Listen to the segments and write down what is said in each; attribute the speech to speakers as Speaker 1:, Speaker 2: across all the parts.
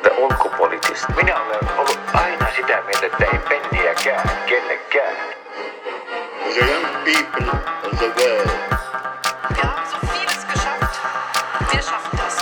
Speaker 1: The ulkopoliittista. Minä olen ollut aina sitä mieltä, että ei penniäkään kellekään.
Speaker 2: The young people of the world.
Speaker 3: Wir haben so vieles geschafft. Wir schaffen das.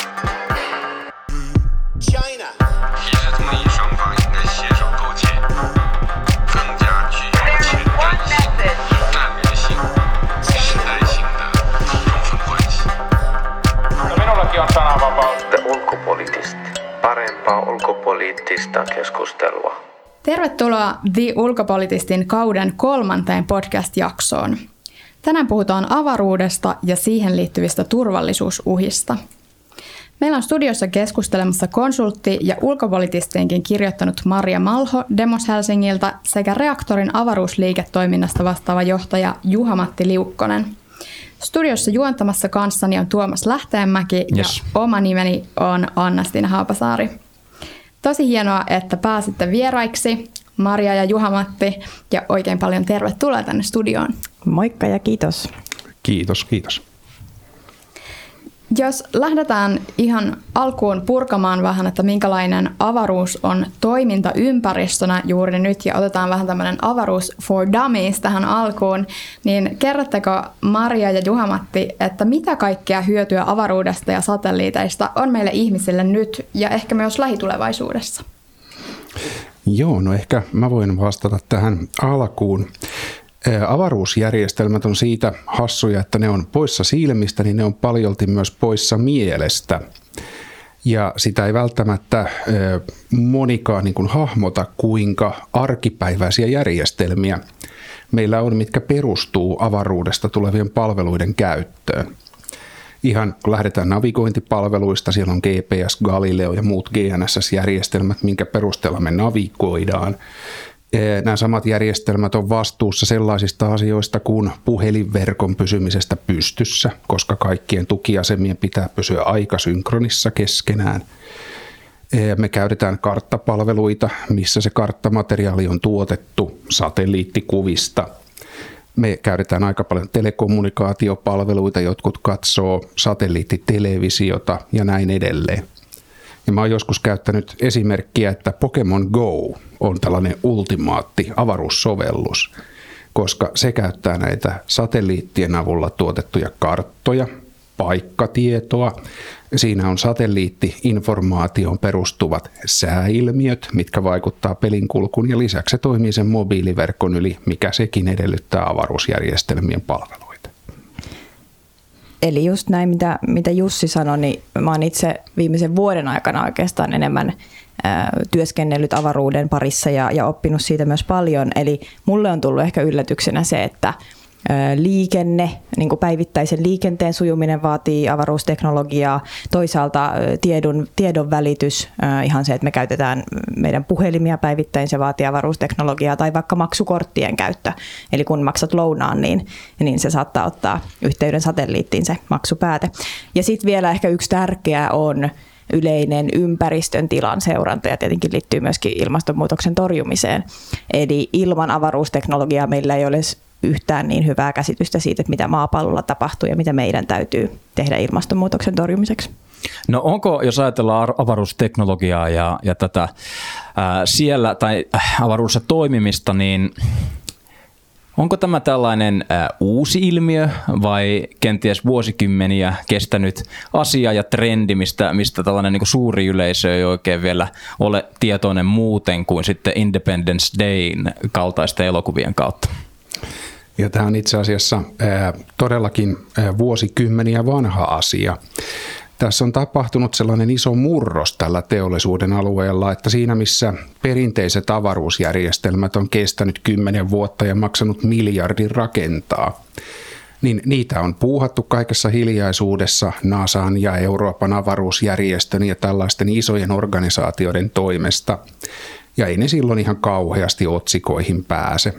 Speaker 2: China.
Speaker 4: 其实这么一双方应该携手构建更加具有前瞻性、战略性、时代性的充分关系。
Speaker 5: Minullakin on sananvapaus.
Speaker 1: The ulkopoliittista. Parempaa ulkopoliittista keskustelua.
Speaker 6: Tervetuloa The Ulkopolitistin kauden 3. podcast-jaksoon. Tänään puhutaan avaruudesta ja siihen liittyvistä turvallisuusuhista. Meillä on studiossa keskustelemassa konsultti ja ulkopolitistiinkin kirjoittanut Maria Malho Demos Helsingiltä sekä Reaktorin avaruusliiketoiminnasta vastaava johtaja Juha-Matti Liukkonen. Studiossa juontamassa kanssani on Tuomas Lähteenmäki ja oma nimeni on Anna-Stina Haapasaari. Tosi hienoa, että pääsitte vieraiksi, Maria ja Juha-Matti, ja oikein paljon tervetuloa tänne studioon.
Speaker 7: Moikka ja kiitos.
Speaker 8: Kiitos.
Speaker 6: Jos lähdetään ihan alkuun purkamaan vähän, että minkälainen avaruus on toimintaympäristönä juuri nyt, ja otetaan vähän tämmöinen avaruus for dummies tähän alkuun, niin kerrotteko Maria ja Juha-Matti, että mitä kaikkea hyötyä avaruudesta ja satelliiteista on meille ihmisille nyt ja ehkä myös lähitulevaisuudessa?
Speaker 8: Joo, no ehkä mä voin vastata tähän alkuun. Avaruusjärjestelmät on siitä hassuja, että ne on poissa silmistä, niin ne on paljolti myös poissa mielestä. Ja sitä ei välttämättä monikaan niin kuin hahmota, kuinka arkipäiväisiä järjestelmiä meillä on, mitkä perustuu avaruudesta tulevien palveluiden käyttöön. Ihan kun lähdetään navigointipalveluista, siellä on GPS, Galileo ja muut GNSS-järjestelmät, minkä perusteella me navigoidaan. Nämä samat järjestelmät on vastuussa sellaisista asioista kuin puhelinverkon pysymisestä pystyssä, koska kaikkien tukiasemien pitää pysyä aikasynkronissa keskenään. Me käytetään karttapalveluita, missä se karttamateriaali on tuotettu satelliittikuvista. Me käytetään aika paljon telekommunikaatiopalveluita, jotkut katsoo satelliittitelevisiota ja näin edelleen. Ja mä oon joskus käyttänyt esimerkkiä, että Pokemon Go on tällainen ultimaatti avaruussovellus, koska se käyttää näitä satelliittien avulla tuotettuja karttoja, paikkatietoa. Siinä on satelliitti-informaatioon perustuvat sääilmiöt, mitkä vaikuttaa pelin kulkuun, ja lisäksi se toimii sen mobiiliverkon yli, mikä sekin edellyttää avaruusjärjestelmien palveluita.
Speaker 7: Eli just näin, mitä Jussi sanoi, niin mä oon itse viimeisen vuoden aikana oikeastaan enemmän työskennellyt avaruuden parissa ja oppinut siitä myös paljon. Eli mulle on tullut ehkä yllätyksenä se, että liikenne, niin kuin päivittäisen liikenteen sujuminen vaatii avaruusteknologiaa. Toisaalta tiedon välitys, ihan se, että me käytetään meidän puhelimia päivittäin, se vaatii avaruusteknologiaa, tai vaikka maksukorttien käyttö. Eli kun maksat lounaan, niin se saattaa ottaa yhteyden satelliittiin se maksupääte. Ja sitten vielä ehkä yksi tärkeä on yleinen ympäristön tilan seuranta, ja tietenkin liittyy myöskin ilmastonmuutoksen torjumiseen. Eli ilman avaruusteknologiaa meillä ei ole yhtään niin hyvää käsitystä siitä, että mitä maapallolla tapahtuu ja mitä meidän täytyy tehdä ilmastonmuutoksen torjumiseksi.
Speaker 9: No onko, jos ajatellaan avaruusteknologiaa ja tätä siellä tai avaruudessa toimimista, niin onko tämä tällainen uusi ilmiö vai kenties vuosikymmeniä kestänyt asia ja trendi, mistä tällainen niin kuin suuri yleisö ei oikein vielä ole tietoinen muuten kuin sitten Independence Dayn kaltaisten elokuvien kautta?
Speaker 8: Ja tämä on itse asiassa todellakin vuosikymmeniä vanha asia. Tässä on tapahtunut sellainen iso murros tällä teollisuuden alueella, että siinä missä perinteiset avaruusjärjestelmät on kestänyt 10 vuotta ja maksanut miljardin rakentaa, niin niitä on puuhattu kaikessa hiljaisuudessa NASAn ja Euroopan avaruusjärjestön ja tällaisten isojen organisaatioiden toimesta. Ja ei ne silloin ihan kauheasti otsikoihin pääse.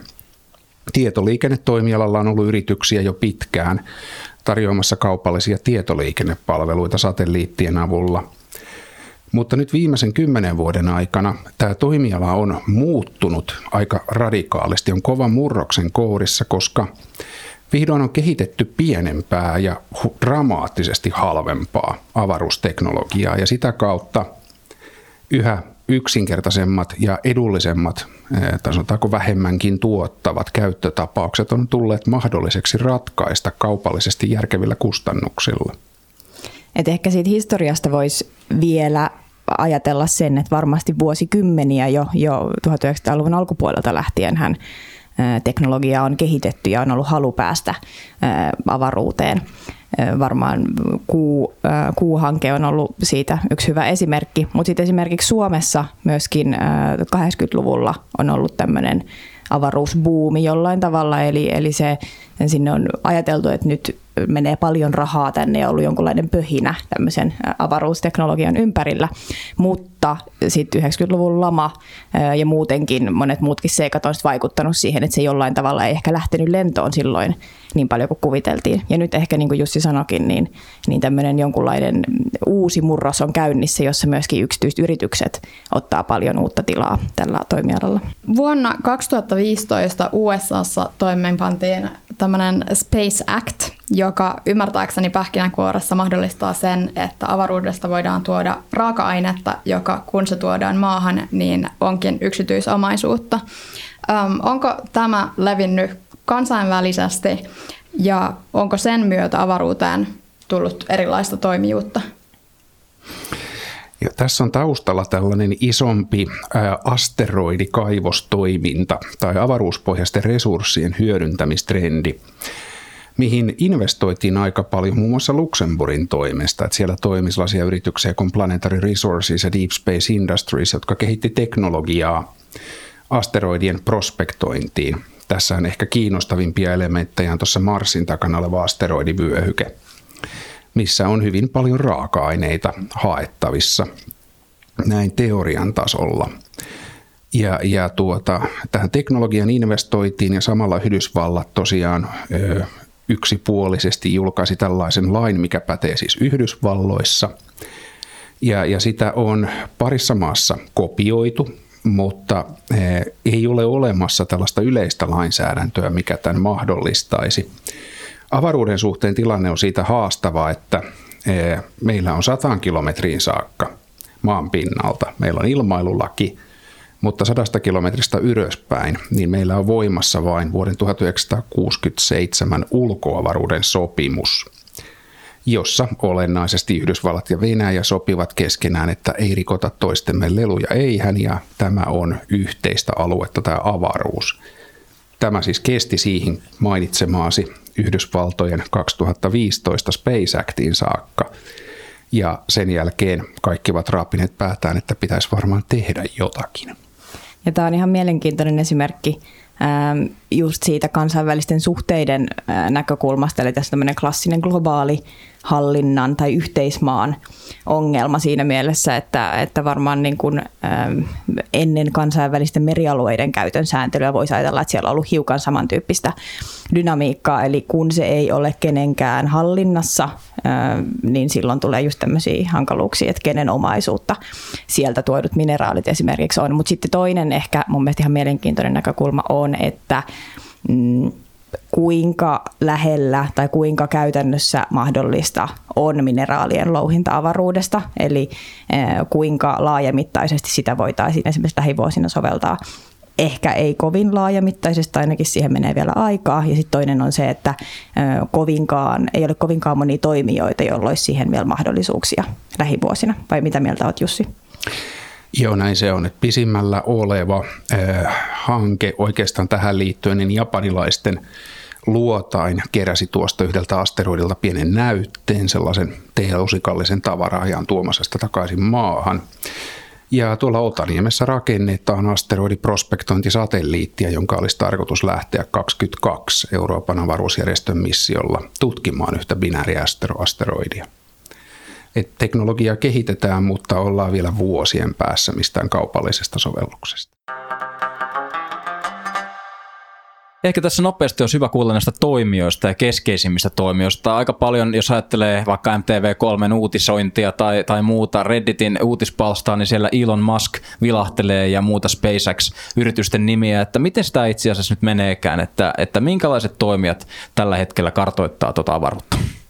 Speaker 8: Tietoliikennetoimialalla on ollut yrityksiä jo pitkään tarjoamassa kaupallisia tietoliikennepalveluita satelliittien avulla. Mutta nyt viimeisen 10 vuoden aikana tämä toimiala on muuttunut aika radikaalisti, on kovan murroksen kourissa, koska vihdoin on kehitetty pienempää ja dramaattisesti halvempaa avaruusteknologiaa, ja sitä kautta yhä yksinkertaisemmat ja edullisemmat, tai sanotaanko vähemmänkin tuottavat käyttötapaukset on tulleet mahdolliseksi ratkaista kaupallisesti järkevillä kustannuksilla.
Speaker 7: Et ehkä siitä historiasta voisi vielä ajatella sen, että varmasti vuosikymmeniä jo 1900-luvun alkupuolelta lähtienhän teknologiaa on kehitetty ja on ollut halu päästä avaruuteen. Varmaan Kuu-hanke on ollut siitä yksi hyvä esimerkki, mutta sitten esimerkiksi Suomessa myöskin 80-luvulla on ollut tämmöinen avaruusbuumi jollain tavalla, eli sinne on ajateltu, että nyt menee paljon rahaa tänne ja ollut jonkunlainen pöhinä tämmöisen avaruusteknologian ympärillä, mutta sitten 90-luvun lama ja muutenkin monet muutkin seikat on vaikuttanut siihen, että se jollain tavalla ei ehkä lähtenyt lentoon silloin niin paljon kuin kuviteltiin. Ja nyt ehkä niin kuin Jussi sanoikin, niin tämmöinen jonkunlainen uusi murros on käynnissä, jossa myöskin yksityiset yritykset ottaa paljon uutta tilaa tällä toimialalla.
Speaker 6: Vuonna 2015 USAssa toimeenpantiin tämmöinen Space Act, joka ymmärtääkseni pähkinänkuoressa mahdollistaa sen, että avaruudesta voidaan tuoda raaka-ainetta, joka kun se tuodaan maahan, niin onkin yksityisomaisuutta. Onko tämä levinnyt kansainvälisesti ja onko sen myötä avaruuteen tullut erilaista toimijuutta?
Speaker 8: Ja tässä on taustalla tällainen isompi asteroidikaivostoiminta tai avaruuspohjaisten resurssien hyödyntämistrendi, mihin investoitiin aika paljon muun muassa Luxemburgin toimesta. Että siellä toimi sellaisia yrityksiä kuin Planetary Resources ja Deep Space Industries, jotka kehitti teknologiaa asteroidien prospektointiin. Tässä on ehkä kiinnostavimpia elementtejä on tuossa Marsin takana oleva asteroidivyöhyke, missä on hyvin paljon raaka-aineita haettavissa näin teorian tasolla. Ja tähän teknologian investoitiin ja samalla Yhdysvallat tosiaan yksipuolisesti julkaisi tällaisen lain, mikä pätee siis Yhdysvalloissa. Ja sitä on parissa maassa kopioitu, mutta ei ole olemassa tällaista yleistä lainsäädäntöä, mikä tämän mahdollistaisi. Avaruuden suhteen tilanne on siitä haastava, että meillä on 100 kilometriin saakka maan pinnalta. Meillä on ilmailulaki, mutta 100 kilometristä ylöspäin, niin meillä on voimassa vain vuoden 1967 ulkoavaruuden sopimus, jossa olennaisesti Yhdysvallat ja Venäjä sopivat keskenään, että ei rikota toistemme leluja eihän, ja tämä on yhteistä aluetta, tämä avaruus. Tämä siis kesti siihen mainitsemaasi Yhdysvaltojen 2015 Space Actiin saakka. Ja sen jälkeen kaikki ovat raapineet päätään, että pitäisi varmaan tehdä jotakin.
Speaker 7: Ja tämä on ihan mielenkiintoinen esimerkki just siitä kansainvälisten suhteiden näkökulmasta. Eli tässä on tämmöinen klassinen globaali hallinnan tai yhteismaan ongelma siinä mielessä, että varmaan niin kuin, ennen kansainvälisten merialueiden käytön sääntelyä voisi ajatella, että siellä on ollut hiukan samantyyppistä dynamiikkaa. Eli kun se ei ole kenenkään hallinnassa, niin silloin tulee just tämmöisiä hankaluuksia, että kenen omaisuutta sieltä tuodut mineraalit esimerkiksi on. Mutta sitten toinen ehkä mun mielestä ihan mielenkiintoinen näkökulma on, että kuinka lähellä tai kuinka käytännössä mahdollista on mineraalien louhinta avaruudesta, eli kuinka laajamittaisesti sitä voitaisiin esimerkiksi lähivuosina soveltaa. Ehkä ei kovin laajamittaisesti, ainakin siihen menee vielä aikaa. Ja sitten toinen on se, että ei ole kovinkaan monia toimijoita, joilla olisi siihen vielä mahdollisuuksia lähivuosina. Vai mitä mieltä olet, Jussi?
Speaker 8: Joo, näin se on. Että pisimmällä oleva hanke oikeastaan tähän liittyen, niin japanilaisten Luotain keräsi tuosta yhdeltä asteroidilta pienen näytteen, sellaisen T-lusikallisen tavara-ajan tuomassa sitä takaisin maahan. Ja tuolla Otaniemessä rakennetaan asteroidiprospektointisatelliittia, jonka olisi tarkoitus lähteä 2022 Euroopan avaruusjärjestön missiolla tutkimaan yhtä binääriasteroidia. Teknologiaa kehitetään, mutta ollaan vielä vuosien päässä mistään kaupallisesta sovelluksesta.
Speaker 9: Ehkä tässä nopeasti olisi hyvä kuulla näistä toimijoista ja keskeisimmistä toimijoista. Aika paljon, jos ajattelee vaikka MTV3 uutisointia tai muuta Redditin uutispalstaa, niin siellä Elon Musk vilahtelee ja muuta SpaceX-yritysten nimiä. Että miten sitä itse asiassa nyt meneekään, että minkälaiset toimijat tällä hetkellä kartoittaa tuota avaruutta?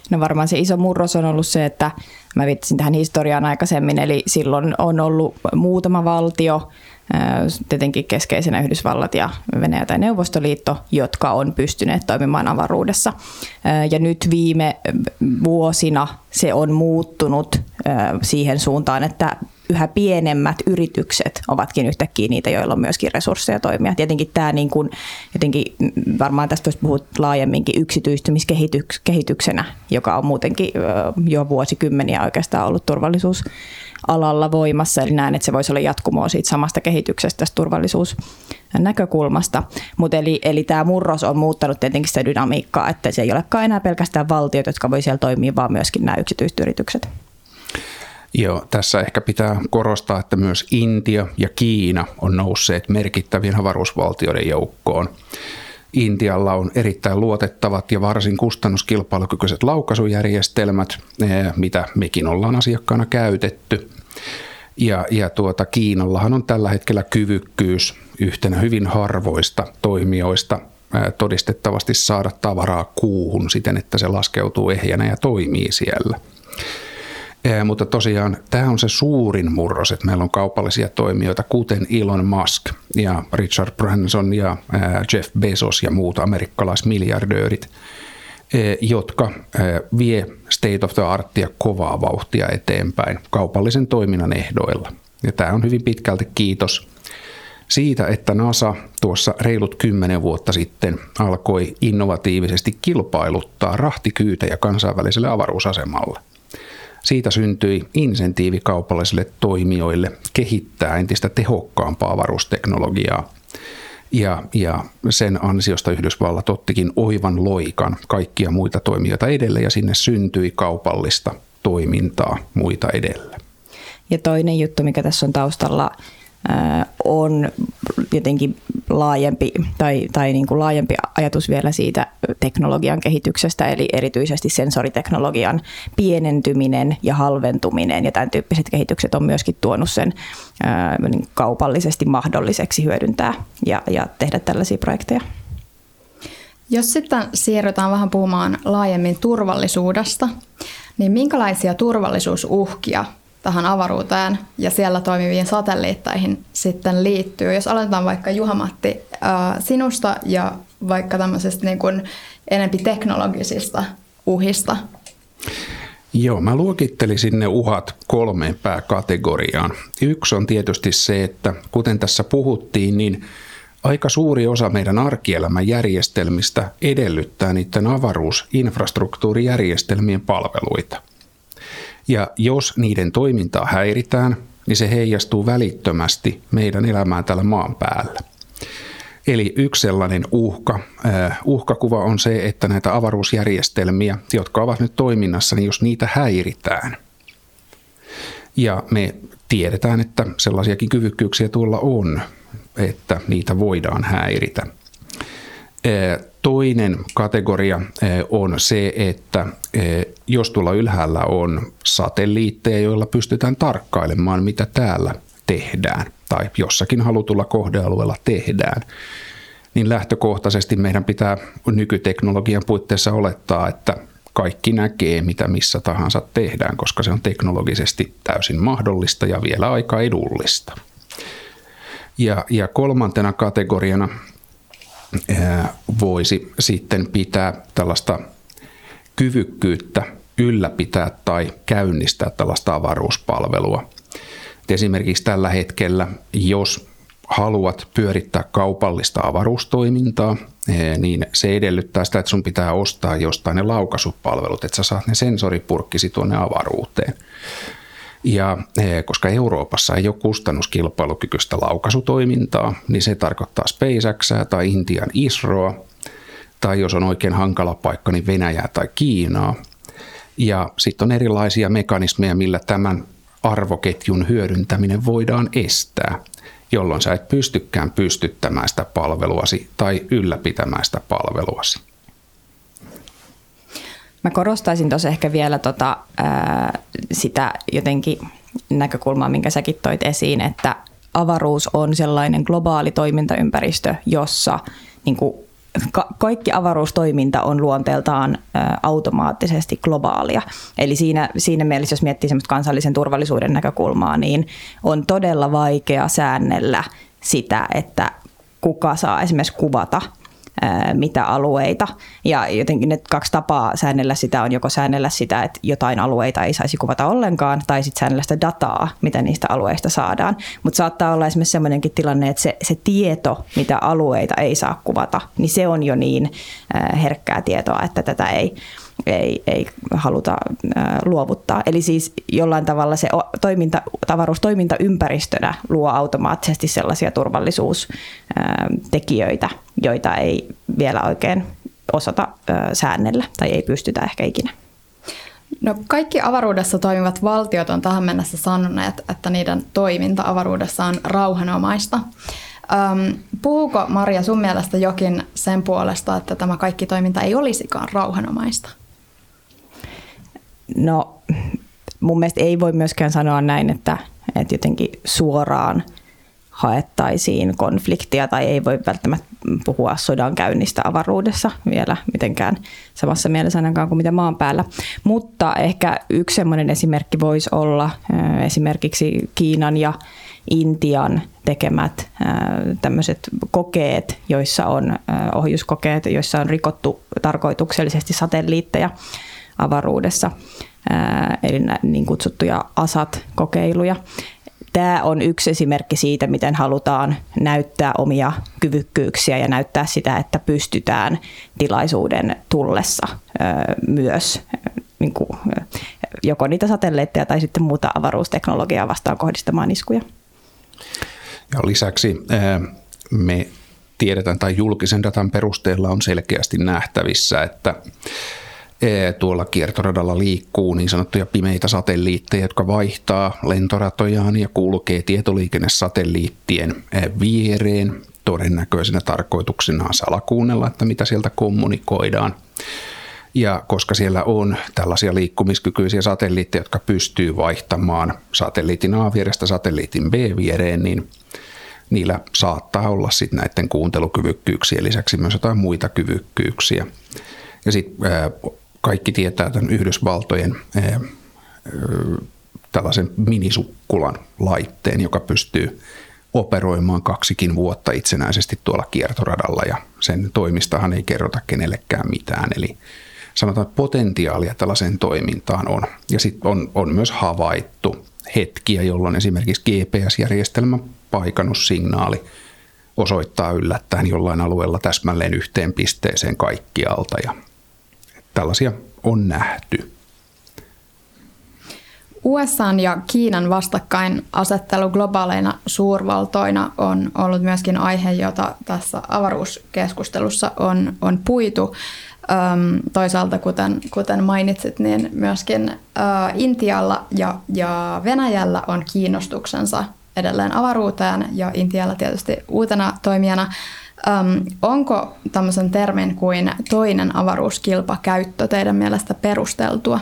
Speaker 7: No varmaan se iso murros on ollut se, että mä viittasin tähän historiaan aikaisemmin, eli silloin on ollut muutama valtio, tietenkin keskeisenä Yhdysvallat ja Venäjä tai Neuvostoliitto, jotka on pystyneet toimimaan avaruudessa. Ja nyt viime vuosina se on muuttunut siihen suuntaan, että yhä pienemmät yritykset ovatkin yhtäkkiä niitä, joilla on myöskin resursseja toimia. Tietenkin tämä niin kuin, jotenkin varmaan tästä voisi puhua laajemminkin yksityistymiskehityksenä, joka on muutenkin jo vuosikymmeniä oikeastaan ollut turvallisuusalalla voimassa. Eli näen, että se voisi olla jatkumoa siitä samasta kehityksestä tästä turvallisuusnäkökulmasta. Mutta eli tämä murros on muuttanut tietenkin sitä dynamiikkaa, että se ei olekaan enää pelkästään valtiot, jotka voi siellä toimia, vaan myöskin nämä yksityiset yritykset.
Speaker 8: Joo, tässä ehkä pitää korostaa, että myös Intia ja Kiina on nousseet merkittävien avaruusvaltioiden joukkoon. Intialla on erittäin luotettavat ja varsin kustannuskilpailukykyiset laukaisujärjestelmät, mitä mekin ollaan asiakkaana käytetty. Ja Kiinallahan on tällä hetkellä kyvykkyys yhtenä hyvin harvoista toimijoista todistettavasti saada tavaraa kuuhun siten, että se laskeutuu ehjänä ja toimii siellä. Mutta tosiaan tämä on se suurin murros, että meillä on kaupallisia toimijoita, kuten Elon Musk ja Richard Branson ja Jeff Bezos ja muut amerikkalaismiljardöörit, jotka vie state of the artia kovaa vauhtia eteenpäin kaupallisen toiminnan ehdoilla. Ja tämä on hyvin pitkälti kiitos siitä, että NASA tuossa reilut 10 vuotta sitten alkoi innovatiivisesti kilpailuttaa rahtikyytejä kansainväliselle avaruusasemalle. Siitä syntyi insentiivi kaupallisille toimijoille kehittää entistä tehokkaampaa avaruusteknologiaa. Ja sen ansiosta Yhdysvallat ottikin oivan loikan kaikkia muita toimijoita edelle ja sinne syntyi kaupallista toimintaa muita edelle.
Speaker 7: Ja toinen juttu, mikä tässä on taustalla, on jotenkin laajempi tai niin kuin laajempi ajatus vielä siitä teknologian kehityksestä, eli erityisesti sensoriteknologian pienentyminen ja halventuminen ja tämän tyyppiset kehitykset on myöskin tuonut sen kaupallisesti mahdolliseksi hyödyntää ja tehdä tällaisia projekteja.
Speaker 6: Jos sitten siirrytään vähän puhumaan laajemmin turvallisuudesta, niin minkälaisia turvallisuusuhkia tähän avaruuteen ja siellä toimiviin satelliitteihin sitten liittyy? Jos aloitetaan vaikka Juha-Matti sinusta ja vaikka tämmöisestä niin kuin enempi teknologisista uhista.
Speaker 8: Joo, mä luokittelisin ne uhat 3 pääkategoriaan. Yksi on tietysti se, että kuten tässä puhuttiin, niin aika suuri osa meidän arkielämän järjestelmistä edellyttää niiden avaruusinfrastruktuurijärjestelmien palveluita. Ja jos niiden toimintaa häiritään, niin se heijastuu välittömästi meidän elämään täällä maan päällä. Eli yksi sellainen uhkakuva on se, että näitä avaruusjärjestelmiä, jotka ovat nyt toiminnassa, niin jos niitä häiritään, ja me tiedetään, että sellaisiakin kyvykkyyksiä tuolla on, että niitä voidaan häiritä. Toinen kategoria on se, että jos tuolla ylhäällä on satelliitteja, joilla pystytään tarkkailemaan, mitä täällä tehdään tai jossakin halutulla kohdealueella tehdään, niin lähtökohtaisesti meidän pitää nykyteknologian puitteissa olettaa, että kaikki näkee, mitä missä tahansa tehdään, koska se on teknologisesti täysin mahdollista ja vielä aika edullista. Ja kolmantena kategoriana voisi sitten pitää tällaista kyvykkyyttä ylläpitää tai käynnistää tällaista avaruuspalvelua. Esimerkiksi tällä hetkellä, jos haluat pyörittää kaupallista avaruustoimintaa, niin se edellyttää sitä, että sun pitää ostaa jostain ne laukaisupalvelut, että sä saat ne sensoripurkkisi tuonne avaruuteen. Ja koska Euroopassa ei ole kustannuskilpailukykyistä laukaisutoimintaa, niin se tarkoittaa SpaceXää tai Intian ISROa, tai jos on oikein hankala paikka, niin Venäjää tai Kiinaa. Ja sitten on erilaisia mekanismeja, millä tämän arvoketjun hyödyntäminen voidaan estää, jolloin sä et pystykään pystyttämään sitä palveluasi tai ylläpitämään sitä palveluasi.
Speaker 7: Mä korostaisin tuossa ehkä vielä sitä jotenkin näkökulmaa, minkä säkin toit esiin, että avaruus on sellainen globaali toimintaympäristö, jossa niin kuin kaikki avaruustoiminta on luonteeltaan automaattisesti globaalia. Eli siinä mielessä, jos miettii semmoista kansallisen turvallisuuden näkökulmaa, niin on todella vaikea säännellä sitä, että kuka saa esimerkiksi kuvata mitä alueita. Ja jotenkin ne 2 tapaa säännellä sitä on joko säännellä sitä, että jotain alueita ei saisi kuvata ollenkaan, tai sitten säännellä sitä dataa, mitä niistä alueista saadaan. Mutta saattaa olla esimerkiksi sellainenkin tilanne, että se tieto, mitä alueita ei saa kuvata, niin se on jo niin herkkää tietoa, että tätä ei haluta luovuttaa. Eli siis jollain tavalla se avaruustoiminta ympäristönä luo automaattisesti sellaisia turvallisuustekijöitä, joita ei vielä oikein osata säännellä tai ei pystytä ehkä ikinä.
Speaker 6: No, kaikki avaruudessa toimivat valtiot on tähän mennessä sanoneet, että niiden toiminta avaruudessa on rauhanomaista. Puhuuko, Maria, sun mielestä jokin sen puolesta, että tämä kaikki toiminta ei olisikaan rauhanomaista?
Speaker 7: No, mun mielestä ei voi myöskään sanoa näin, että jotenkin suoraan haettaisiin konfliktia tai ei voi välttämättä puhua sodankäynnistä avaruudessa vielä mitenkään samassa mielessä ainakaan kuin mitä maan päällä. Mutta ehkä yksi semmoinen esimerkki voisi olla esimerkiksi Kiinan ja Intian tekemät tämmöiset kokeet, joissa on ohjuskokeet, joissa on rikottu tarkoituksellisesti satelliitteja avaruudessa, eli niin kutsuttuja ASAT-kokeiluja. Tämä on yksi esimerkki siitä, miten halutaan näyttää omia kyvykkyyksiä ja näyttää sitä, että pystytään tilaisuuden tullessa myös niin kuin, joko niitä satelliitteja tai sitten muuta avaruusteknologiaa vastaan kohdistamaan iskuja.
Speaker 8: Ja lisäksi me tiedetään tai julkisen datan perusteella on selkeästi nähtävissä, että tuolla kiertoradalla liikkuu niin sanottuja pimeitä satelliitteja, jotka vaihtaa lentoratojaan ja kulkee tietoliikennesatelliittien viereen. Todennäköisenä tarkoituksena salakuunnella, että mitä sieltä kommunikoidaan. Ja koska siellä on tällaisia liikkumiskykyisiä satelliitteja, jotka pystyy vaihtamaan satelliitin A-vierestä satelliitin B-viereen, niin niillä saattaa olla sitten näiden kuuntelukyvykkyyksien lisäksi myös jotain muita kyvykkyyksiä. Ja sitten kaikki tietää tämän Yhdysvaltojen tällaisen minisukkulan laitteen, joka pystyy operoimaan 2 vuotta itsenäisesti tuolla kiertoradalla, ja sen toimistahan ei kerrota kenellekään mitään. Eli sanotaan, että potentiaalia tällaiseen toimintaan on. Ja sitten on myös havaittu hetkiä, jolloin esimerkiksi GPS-järjestelmän paikannussignaali osoittaa yllättäen jollain alueella täsmälleen yhteen pisteeseen kaikkialta, ja tällaisia on nähty.
Speaker 6: USA:n ja Kiinan vastakkainasettelu globaaleina suurvaltoina on ollut myöskin aihe, jota tässä avaruuskeskustelussa on puitu. Toisaalta, kuten mainitsit, niin myöskin Intialla ja Venäjällä on kiinnostuksensa edelleen avaruuteen, ja Intialla tietysti uutena toimijana. Onko tämmöisen termin kuin toinen avaruuskilpa käyttö teidän mielestä perusteltua?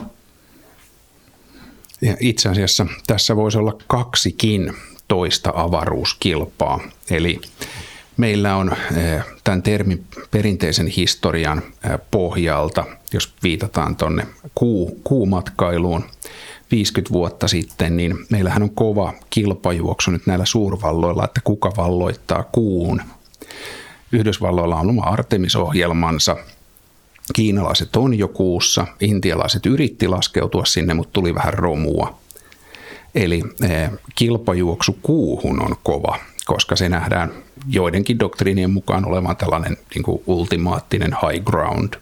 Speaker 8: Ja itse asiassa tässä voisi olla 2 toista avaruuskilpaa. Eli meillä on tämän termin perinteisen historian pohjalta, jos viitataan tuonne kuumatkailuun 50 vuotta sitten, niin meillähän on kova kilpajuoksu nyt näillä suurvalloilla, että kuka valloittaa kuun. Yhdysvalloilla on oma Artemis-ohjelmansa. Kiinalaiset on jo kuussa, intialaiset yritti laskeutua sinne, mutta tuli vähän romua. Eli kilpajuoksu kuuhun on kova, koska se nähdään joidenkin doktriinien mukaan olevan tällainen niin kuin ultimaattinen high ground.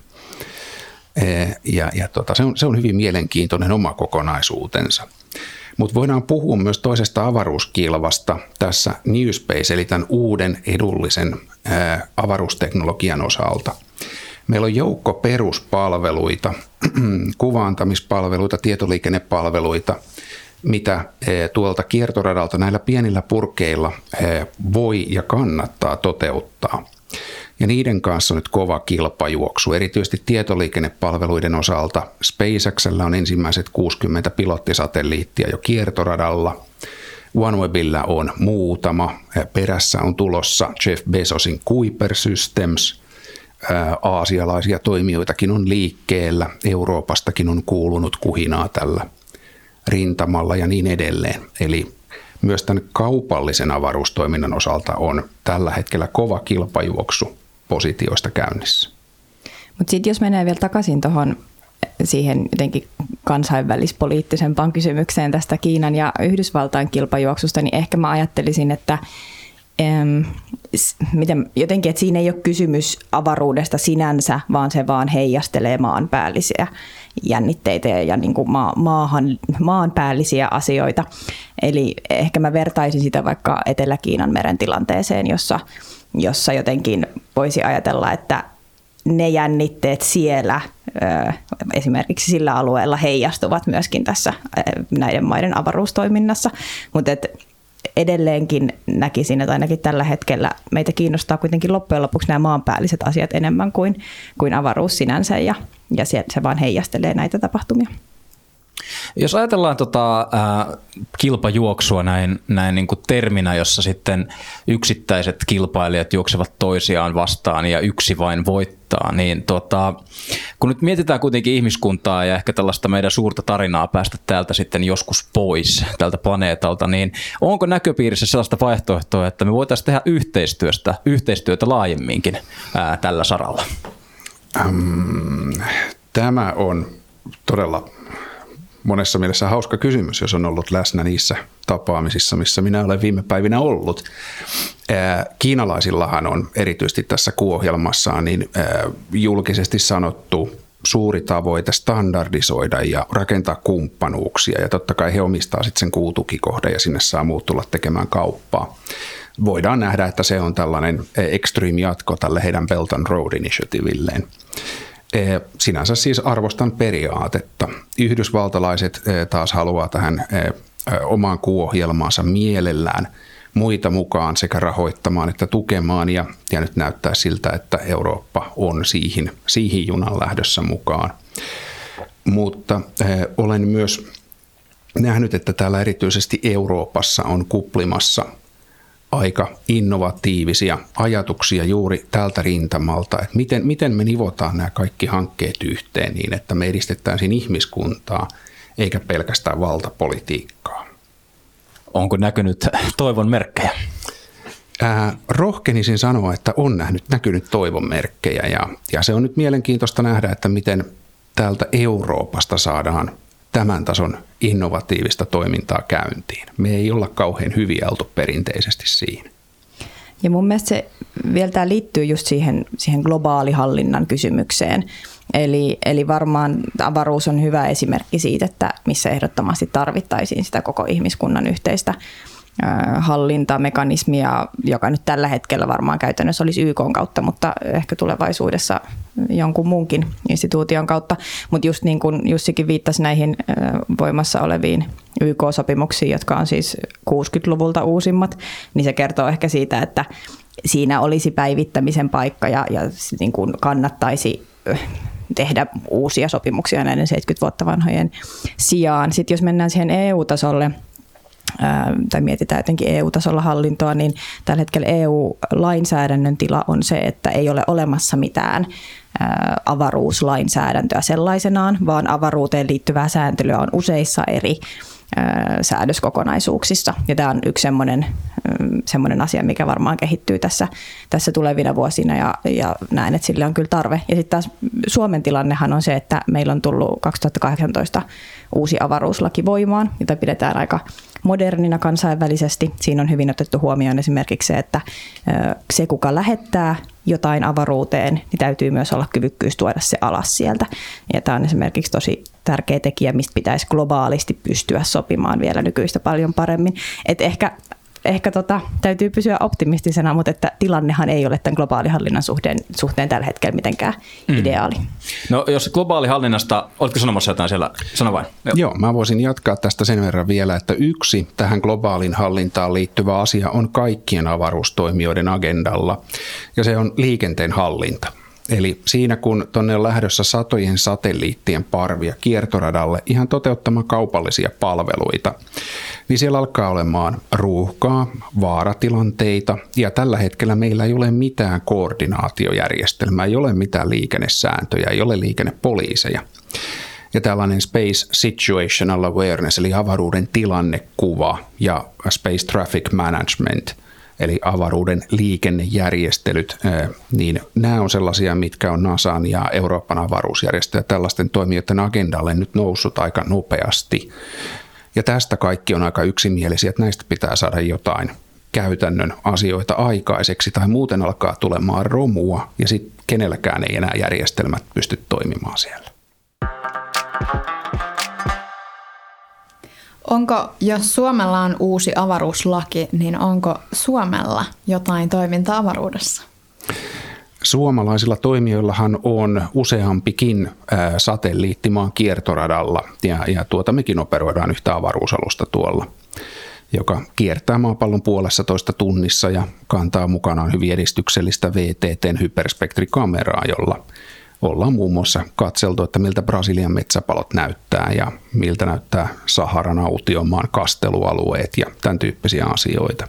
Speaker 8: Se on hyvin mielenkiintoinen oma kokonaisuutensa. Mutta voidaan puhua myös toisesta avaruuskilvasta tässä New Space, eli tämän uuden edullisen avaruusteknologian osalta. Meillä on joukko peruspalveluita, kuvaantamispalveluita, tietoliikennepalveluita, mitä tuolta kiertoradalta näillä pienillä purkeilla voi ja kannattaa toteuttaa. Ja niiden kanssa on nyt kova kilpajuoksu. Erityisesti tietoliikennepalveluiden osalta SpaceX:llä on ensimmäiset 60 pilottisatelliittia jo kiertoradalla. OneWebillä on muutama. Perässä on tulossa Jeff Bezosin Kuiper Systems. aasialaisia toimijoitakin on liikkeellä, Euroopastakin on kuulunut kuhinaa tällä rintamalla ja niin edelleen. Eli myös tämän kaupallisen avaruustoiminnan osalta on tällä hetkellä kova kilpajuoksu positioista käynnissä.
Speaker 7: Mutta sitten jos menee vielä takaisin tuohon siihen jotenkin kansainvälispoliittisempaan kysymykseen tästä Kiinan ja Yhdysvaltain kilpajuoksusta, niin ehkä mä ajattelisin, että jotenkin, että siinä ei ole kysymys avaruudesta sinänsä, vaan se vaan heijastelee maanpäällisiä jännitteitä ja niin kuin maanpäällisiä asioita. Eli ehkä mä vertaisin sitä vaikka Etelä-Kiinan meren tilanteeseen, jossa jotenkin voisi ajatella, että ne jännitteet siellä esimerkiksi sillä alueella heijastuvat myöskin tässä näiden maiden avaruustoiminnassa, mutta edelleenkin näkisin, että ainakin tällä hetkellä meitä kiinnostaa kuitenkin loppujen lopuksi nämä maanpäälliset asiat enemmän kuin avaruus sinänsä ja se vaan heijastelee näitä tapahtumia.
Speaker 9: Jos ajatellaan kilpajuoksua näin niin kuin terminä, jossa sitten yksittäiset kilpailijat juoksevat toisiaan vastaan ja yksi vain voittaa, niin kun nyt mietitään kuitenkin ihmiskuntaa ja ehkä tällaista meidän suurta tarinaa päästä täältä sitten joskus pois tältä planeetalta, niin onko näköpiirissä sellaista vaihtoehtoa, että me voitaisiin tehdä yhteistyötä laajemminkin tällä saralla?
Speaker 8: Tämä on todella monessa mielessä hauska kysymys, jos on ollut läsnä niissä tapaamisissa, missä minä olen viime päivinä ollut. Kiinalaisillahan on erityisesti tässä Q-ohjelmassaan niin julkisesti sanottu suuri tavoite standardisoida ja rakentaa kumppanuuksia. Ja totta kai he omistaa sitten sen Q-tukikohdan ja sinne saa muut tulla tekemään kauppaa. Voidaan nähdä, että se on tällainen extreme jatko tälle heidän Belt and Road Initiativelleen. Sinänsä siis arvostan periaatetta. Yhdysvaltalaiset taas haluaa tähän omaan Q-ohjelmaansa mielellään muita mukaan sekä rahoittamaan että tukemaan. Ja nyt näyttää siltä, että Eurooppa on siihen junan lähdössä mukaan. Mutta olen myös nähnyt, että täällä erityisesti Euroopassa on kuplimassa aika innovatiivisia ajatuksia juuri tältä rintamalta, että miten me nivotaan nämä kaikki hankkeet yhteen niin, että me edistettäisiin ihmiskuntaa eikä pelkästään valtapolitiikkaa.
Speaker 9: Onko näkynyt toivon merkkejä?
Speaker 8: Rohkenisin sanoa, että on näkynyt toivon merkkejä ja se on nyt mielenkiintoista nähdä, että miten täältä Euroopasta saadaan tämän tason innovatiivista toimintaa käyntiin. Me ei olla kauhean hyviä oltu perinteisesti siinä.
Speaker 7: Ja mun mielestä se vielä tämä liittyy just siihen globaalihallinnan kysymykseen. Eli varmaan avaruus on hyvä esimerkki siitä, että missä ehdottomasti tarvittaisiin sitä koko ihmiskunnan yhteistä hallintamekanismia, joka nyt tällä hetkellä varmaan käytännössä olisi YK:n kautta, mutta ehkä tulevaisuudessa jonkun muunkin instituution kautta. Mutta just niin kuin Jussikin viittasi näihin voimassa oleviin YK-sopimuksiin, jotka on siis 60-luvulta uusimmat, niin se kertoo ehkä siitä, että siinä olisi päivittämisen paikka ja niin kuin kannattaisi tehdä uusia sopimuksia näiden 70 vuotta vanhojen sijaan. Sitten jos mennään siihen EU-tasolle, tai mietitään jotenkin EU-tasolla hallintoa, niin tällä hetkellä EU-lainsäädännön tila on se, että ei ole olemassa mitään avaruuslainsäädäntöä sellaisenaan, vaan avaruuteen liittyvää sääntelyä on useissa eri säädöskokonaisuuksissa. Ja tämä on yksi semmoinen asia, mikä varmaan kehittyy tässä tulevina vuosina ja näen, että sille on kyllä tarve. Ja sitten taas Suomen tilannehan on se, että meillä on tullut 2018 uusi avaruuslaki voimaan, jota pidetään aika modernina kansainvälisesti. Siinä on hyvin otettu huomioon esimerkiksi se, että se kuka lähettää jotain avaruuteen, niin täytyy myös olla kyvykkyys tuoda se alas sieltä. Ja tämä on esimerkiksi tosi tärkeä tekijä, mistä pitäisi globaalisti pystyä sopimaan vielä nykyistä paljon paremmin. Et ehkä täytyy pysyä optimistisena, mutta että tilannehan ei ole tämän globaalihallinnan suhteen tällä hetkellä mitenkään ideaali.
Speaker 9: No jos globaalihallinnasta, oletko sanomassa jotain siellä? Sano vain.
Speaker 8: Joo, mä voisin jatkaa tästä sen verran vielä, että yksi tähän globaalin hallintaan liittyvä asia on kaikkien avaruustoimijoiden agendalla, ja se on liikenteen hallinta. Eli siinä kun tuonne on lähdössä satojen satelliittien parvia kiertoradalle ihan toteuttamaan kaupallisia palveluita, niin siellä alkaa olemaan ruuhkaa, vaaratilanteita ja tällä hetkellä meillä ei ole mitään koordinaatiojärjestelmää, ei ole mitään liikennesääntöjä, ei ole liikennepoliiseja. Ja tällainen Space Situational Awareness eli avaruuden tilannekuva ja Space Traffic Management eli avaruuden liikennejärjestelyt, niin nämä on sellaisia, mitkä on NASAn ja Euroopan avaruusjärjestö ja tällaisten toimijoiden agendalle nyt noussut aika nopeasti. Ja tästä kaikki on aika yksimielisiä, että näistä pitää saada jotain käytännön asioita aikaiseksi tai muuten alkaa tulemaan romua ja sitten kenelläkään ei enää järjestelmät pysty toimimaan siellä.
Speaker 6: Onko, jos Suomella on uusi avaruuslaki, niin onko Suomella jotain toimintaa avaruudessa?
Speaker 8: Suomalaisilla toimijoillahan on useampikin satelliittimaan kiertoradalla ja mekin operoidaan yhtä avaruusalusta tuolla, joka kiertää maapallon 1,5 tunnissa ja kantaa mukanaan hyvin edistyksellistä VTT:n hyperspektrikameraa, jolla ollaan muun muassa katseltu, että miltä Brasilian metsäpalot näyttää ja miltä näyttää Saharan autiomaan kastelualueet ja tämän tyyppisiä asioita.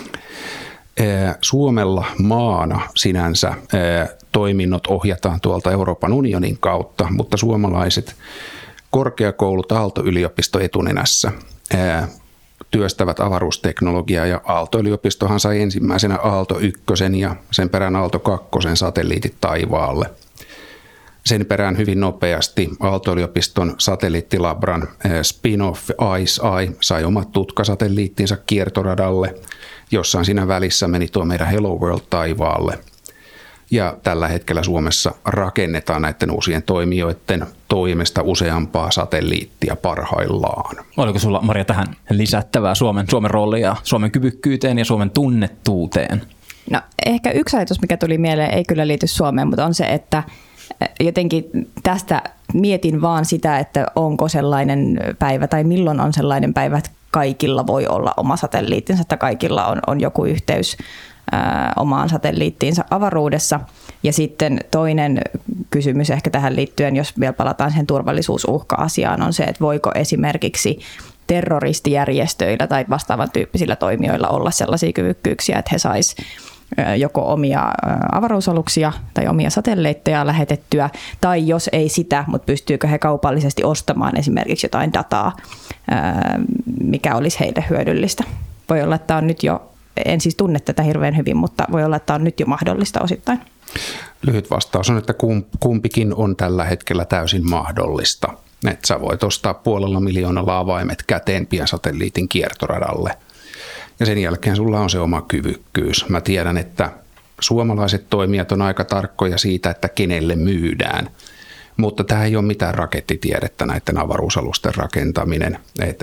Speaker 8: Suomella maana sinänsä toiminnot ohjataan tuolta Euroopan unionin kautta, mutta suomalaiset korkeakoulut Aalto-yliopisto etunenässä työstävät avaruusteknologiaa ja Aalto-yliopistohan sai ensimmäisenä Aalto 1 ja sen perään Aalto 2 satelliitit taivaalle. Sen perään hyvin nopeasti Aalto-yliopiston satelliittilabran spin-off ICE-Eye sai omat tutkasatelliittinsa kiertoradalle. Jossain siinä välissä meni tuo meidän Hello World taivaalle. Ja tällä hetkellä Suomessa rakennetaan näiden uusien toimijoiden toimesta useampaa satelliittia parhaillaan.
Speaker 9: Oliko sulla, Maria, tähän lisättävää Suomen roolia, Suomen kyvykkyyteen ja Suomen tunnettuuteen?
Speaker 7: No ehkä yksi ajatus, mikä tuli mieleen, ei kyllä liity Suomeen, mutta on se, että jotenkin tästä mietin vaan sitä, että onko sellainen päivä tai milloin on sellainen päivä, että kaikilla voi olla oma satelliittinsa, että kaikilla on joku yhteys omaan satelliittiinsa avaruudessa. Ja sitten toinen kysymys ehkä tähän liittyen, jos vielä palataan sen turvallisuusuhka-asiaan, on se, että voiko esimerkiksi terroristijärjestöillä tai vastaavan tyyppisillä toimijoilla olla sellaisia kyvykkyyksiä, että he sais joko omia avaruusaluksia tai omia satelliitteja lähetettyä, tai jos ei sitä, mutta pystyykö he kaupallisesti ostamaan esimerkiksi jotain dataa, mikä olisi heille hyödyllistä. Voi olla, että on nyt jo, en siis tunne tätä hirveän hyvin, mutta voi olla, että on nyt jo mahdollista osittain.
Speaker 8: Lyhyt vastaus on, että kumpikin on tällä hetkellä täysin mahdollista. Että sä voit ostaa 500 000 avaimet käteen pian satelliitin kiertoradalle. Ja sen jälkeen sulla on se oma kyvykkyys. Mä tiedän, että suomalaiset toimijat on aika tarkkoja siitä, että kenelle myydään. Mutta tämä ei ole mitään rakettitiedettä näiden avaruusalusten rakentaminen.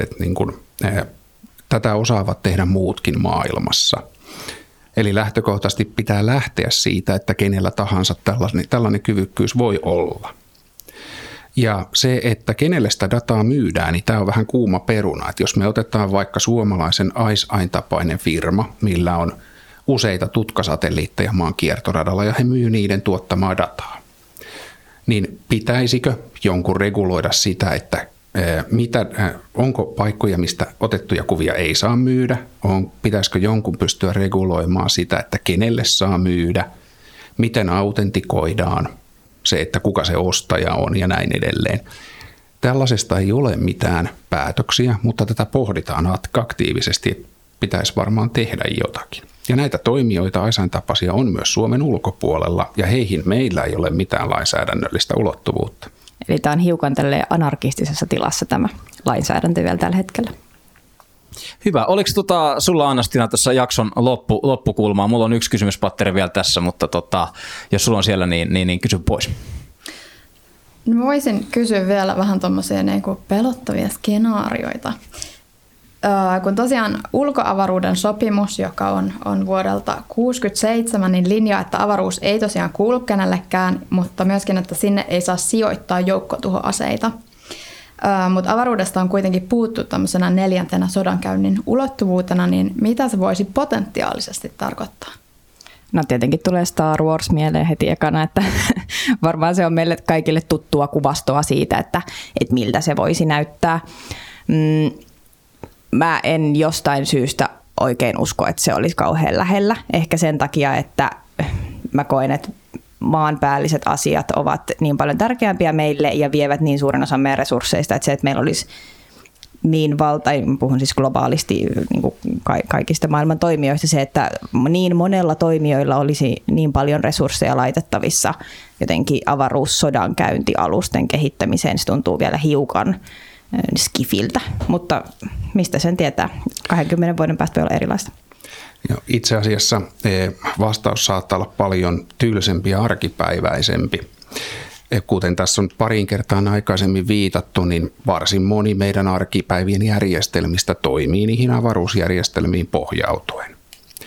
Speaker 8: Tätä osaavat tehdä muutkin maailmassa. Eli lähtökohtaisesti pitää lähteä siitä, että kenellä tahansa tällainen kyvykkyys voi olla. Ja se, että kenelle sitä dataa myydään, niin tämä on vähän kuuma peruna. Että jos me otetaan vaikka suomalaisen ICE-Eyen tapainen firma, millä on useita tutkasatelliitteja maan kiertoradalla ja he myy niiden tuottamaa dataa, niin pitäisikö jonkun reguloida sitä, että onko paikkoja, mistä otettuja kuvia ei saa myydä? Pitäisikö jonkun pystyä reguloimaan sitä, että kenelle saa myydä? Miten autentikoidaan se, että kuka se ostaja on ja näin edelleen. Tällaisesta ei ole mitään päätöksiä, mutta tätä pohditaan aktiivisesti. Pitäisi varmaan tehdä jotakin. Ja näitä toimijoita, ICEn tapaisia, on myös Suomen ulkopuolella ja heihin meillä ei ole mitään lainsäädännöllistä ulottuvuutta.
Speaker 7: Eli tämä on hiukan tälleen anarkistisessa tilassa tämä lainsäädäntö vielä tällä hetkellä.
Speaker 9: Hyvä. Oliko sulla, Anna-Stina, tässä jakson loppukulmaa? Mulla on yksi kysymyspatteri vielä tässä, mutta jos sulla on siellä, niin kysy pois.
Speaker 6: No, voisin kysyä vielä vähän tuommoisia pelottavia skenaarioita. Kun tosiaan ulkoavaruuden sopimus, joka on vuodelta 1967, niin linjaa, että avaruus ei tosiaan kuulu kenellekään, mutta myöskin, että sinne ei saa sijoittaa joukkotuhoaseita. Mutta avaruudesta on kuitenkin puhuttu tämmöisenä 4. sodankäynnin ulottuvuutena, niin mitä se voisi potentiaalisesti tarkoittaa?
Speaker 7: No tietenkin tulee Star Wars mieleen heti ekana, että varmaan se on meille kaikille tuttua kuvastoa siitä, että miltä se voisi näyttää. mä en jostain syystä oikein usko, että se olisi kauhean lähellä. Ehkä sen takia, että mä koen, että maanpäälliset asiat ovat niin paljon tärkeämpiä meille ja vievät niin suuren osan meidän resursseista, että se, että meillä olisi niin puhun siis globaalisti niin kuin kaikista maailman toimijoista, se, että niin monella toimijoilla olisi niin paljon resursseja laitettavissa jotenkin avaruussodankäyntialusten kehittämiseen, se tuntuu vielä hiukan skifiltä, mutta mistä sen tietää? 20 vuoden päästä voi olla erilaista.
Speaker 8: Itse asiassa vastaus saattaa olla paljon tylsempi ja arkipäiväisempi. Kuten tässä on pariin kertaan aikaisemmin viitattu, niin varsin moni meidän arkipäivien järjestelmistä toimii niihin avaruusjärjestelmiin pohjautuen.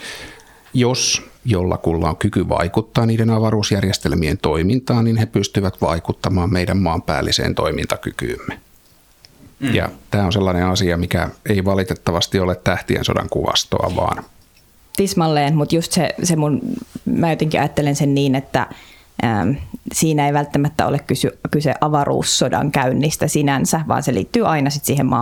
Speaker 8: Jos jollakulla on kyky vaikuttaa niiden avaruusjärjestelmien toimintaan, niin he pystyvät vaikuttamaan meidän maanpäälliseen toimintakykyymme. Ja tämä on sellainen asia, mikä ei valitettavasti ole Tähtien sodan kuvastoa, vaan
Speaker 7: tismalleen, mutta just mä jotenkin ajattelen sen niin, että siinä ei välttämättä ole kyse avaruussodan käynnistä sinänsä, vaan se liittyy aina sit siihen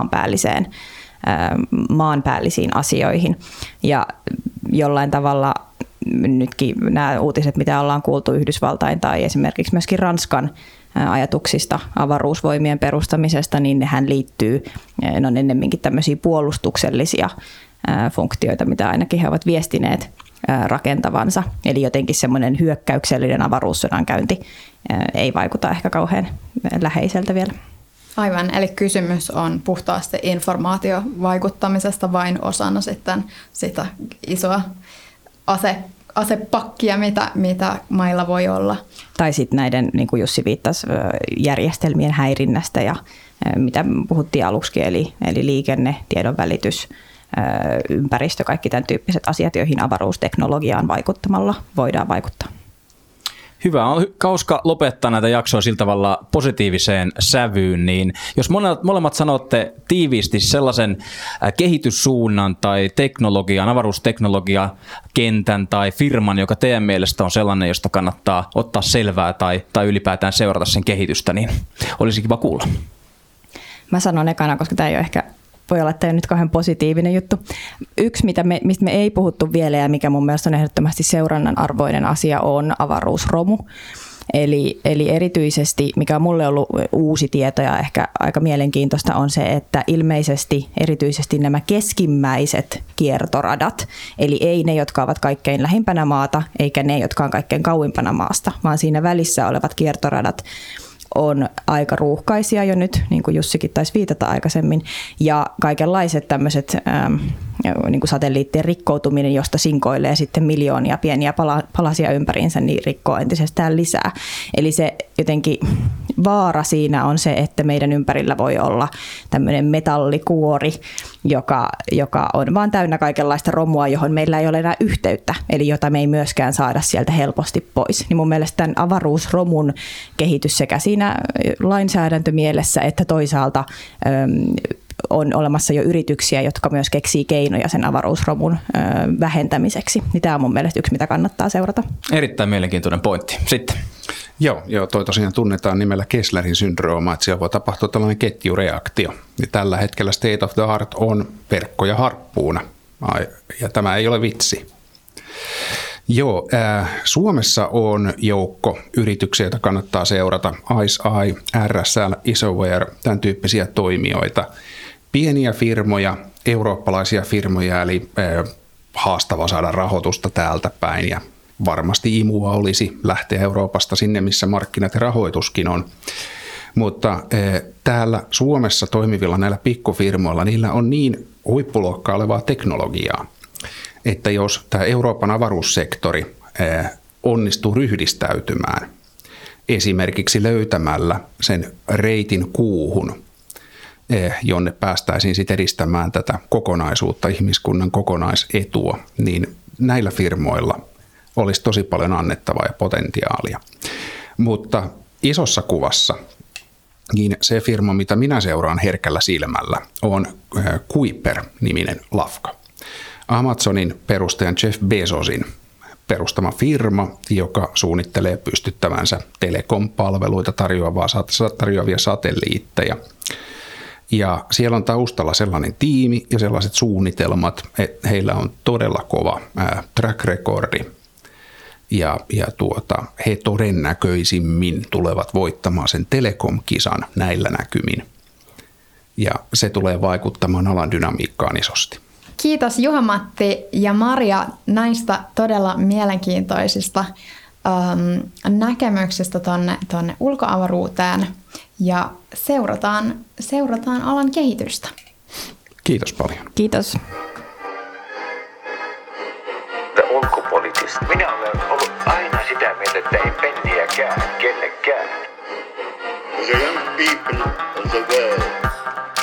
Speaker 7: maanpäällisiin asioihin. Ja jollain tavalla nytkin nämä uutiset, mitä ollaan kuultu Yhdysvaltain tai esimerkiksi myöskin Ranskan ajatuksista avaruusvoimien perustamisesta, niin nehän liittyy, ne on ennemminkin tämmöisiä puolustuksellisia funktioita, mitä ainakin he ovat viestineet rakentavansa. Eli jotenkin semmoinen hyökkäyksellinen avaruussodankäynti ei vaikuta ehkä kauhean läheiseltä vielä.
Speaker 6: Aivan, eli kysymys on puhtaasti informaatiovaikuttamisesta vain osana sitten sitä isoa asepakkia, mitä mailla voi olla.
Speaker 7: Tai sitten näiden, niin kuin Jussi viittasi, järjestelmien häirinnästä ja mitä puhuttiin aluksi, eli liikenne, tiedonvälitys, ympäristö, kaikki tämän tyyppiset asiat, joihin avaruusteknologiaan vaikuttamalla voidaan vaikuttaa.
Speaker 9: Hyvä. On kauska lopettaa näitä jaksoja sillä tavalla positiiviseen sävyyn, niin jos molemmat sanotte tiiviisti sellaisen kehityssuunnan tai teknologian, avaruusteknologiakentän tai firman, joka teidän mielestä on sellainen, josta kannattaa ottaa selvää tai ylipäätään seurata sen kehitystä, niin olisi kiva kuulla.
Speaker 7: Mä sanon ekana, koska tämä ei ole ehkä, voi olla, että tämä on nyt kauhean positiivinen juttu. Yksi, mistä me ei puhuttu vielä ja mikä mun mielestä on ehdottomasti seurannan arvoinen asia, on avaruusromu. Eli erityisesti, mikä on mulle ollut uusi tieto ja ehkä aika mielenkiintoista, on se, että ilmeisesti erityisesti nämä keskimmäiset kiertoradat, eli ei ne, jotka ovat kaikkein lähimpänä maata, eikä ne, jotka on kaikkein kauimpana maasta, vaan siinä välissä olevat kiertoradat on aika ruuhkaisia jo nyt, niin kuin Jussikin taisi viitata aikaisemmin, ja kaikenlaiset tämmöiset niin kuin satelliittien rikkoutuminen, josta sinkoilee sitten miljoonia pieniä palasia ympäriinsä, niin rikkoo entisestään lisää. Eli se jotenkin vaara siinä on se, että meidän ympärillä voi olla tämmöinen metallikuori, joka on vaan täynnä kaikenlaista romua, johon meillä ei ole enää yhteyttä, eli jota me ei myöskään saada sieltä helposti pois. Niin mun mielestä tämän avaruusromun kehitys sekä siinä lainsäädäntömielessä että toisaalta on olemassa jo yrityksiä, jotka myös keksii keinoja sen avaruusromun vähentämiseksi. Niin tämä on mun mielestä yksi, mitä kannattaa seurata. Erittäin mielenkiintoinen pointti. Sitten.
Speaker 8: Joo, toi tosiaan tunnetaan nimellä Kesslerin syndrooma, että siellä voi tapahtua tällainen ketjureaktio. Ja tällä hetkellä state of the art on verkkoja harppuuna, ja tämä ei ole vitsi. Suomessa on joukko yrityksiä, joita kannattaa seurata, ICEYE, RSL, Isoware, tämän tyyppisiä toimijoita. Pieniä firmoja, eurooppalaisia firmoja, eli haastava saada rahoitusta täältä päin, ja varmasti imua olisi lähteä Euroopasta sinne, missä markkinat ja rahoituskin on. Mutta täällä Suomessa toimivilla näillä pikkufirmoilla, niillä on niin huippuluokkaa olevaa teknologiaa, että jos tämä Euroopan avaruussektori onnistuu ryhdistäytymään, esimerkiksi löytämällä sen reitin kuuhun, jonne päästäisiin sitten edistämään tätä kokonaisuutta, ihmiskunnan kokonaisetua, niin näillä firmoilla olisi tosi paljon annettavaa ja potentiaalia. Mutta isossa kuvassa niin se firma, mitä minä seuraan herkällä silmällä, on Kuiper-niminen lafka. Amazonin perustajan Jeff Bezosin perustama firma, joka suunnittelee pystyttävänsä telekom-palveluita tarjoavia satelliitteja. Ja siellä on taustalla sellainen tiimi ja sellaiset suunnitelmat, että heillä on todella kova track recordi. Ja he todennäköisimmin tulevat voittamaan sen Telekom-kisan näillä näkymin. Ja se tulee vaikuttamaan alan dynamiikkaan isosti.
Speaker 6: Kiitos Juha-Matti ja Maria näistä todella mielenkiintoisista näkemyksistä tuonne ulkoavaruuteen ja seurataan alan kehitystä.
Speaker 8: Kiitos paljon.
Speaker 7: Kiitos.
Speaker 1: Ulkopoliittista. Minä olen ollut aina sitä mieltä, että ei penniäkään kellekään.
Speaker 2: For the young people of the world,